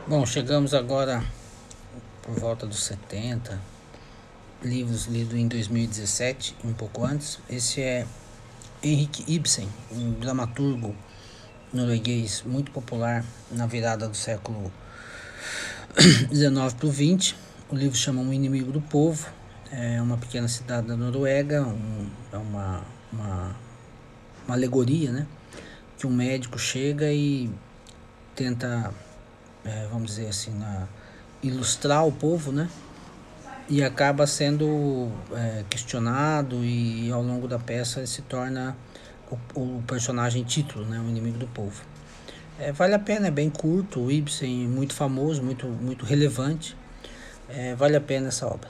Bom, chegamos agora por volta dos 70, livros lidos em 2017, um pouco antes. Esse é Henrik Ibsen, um dramaturgo norueguês muito popular na virada do século XIX para o XX. O livro chama O Inimigo do Povo. É uma pequena cidade da Noruega, é uma alegoria, né? Que um médico chega e tenta, vamos dizer assim, ilustrar o povo, né? E acaba sendo questionado, e ao longo da peça ele se torna o personagem título, né? O inimigo do povo. Vale a pena, é bem curto. O Ibsen, muito famoso, muito relevante. Vale a pena essa obra.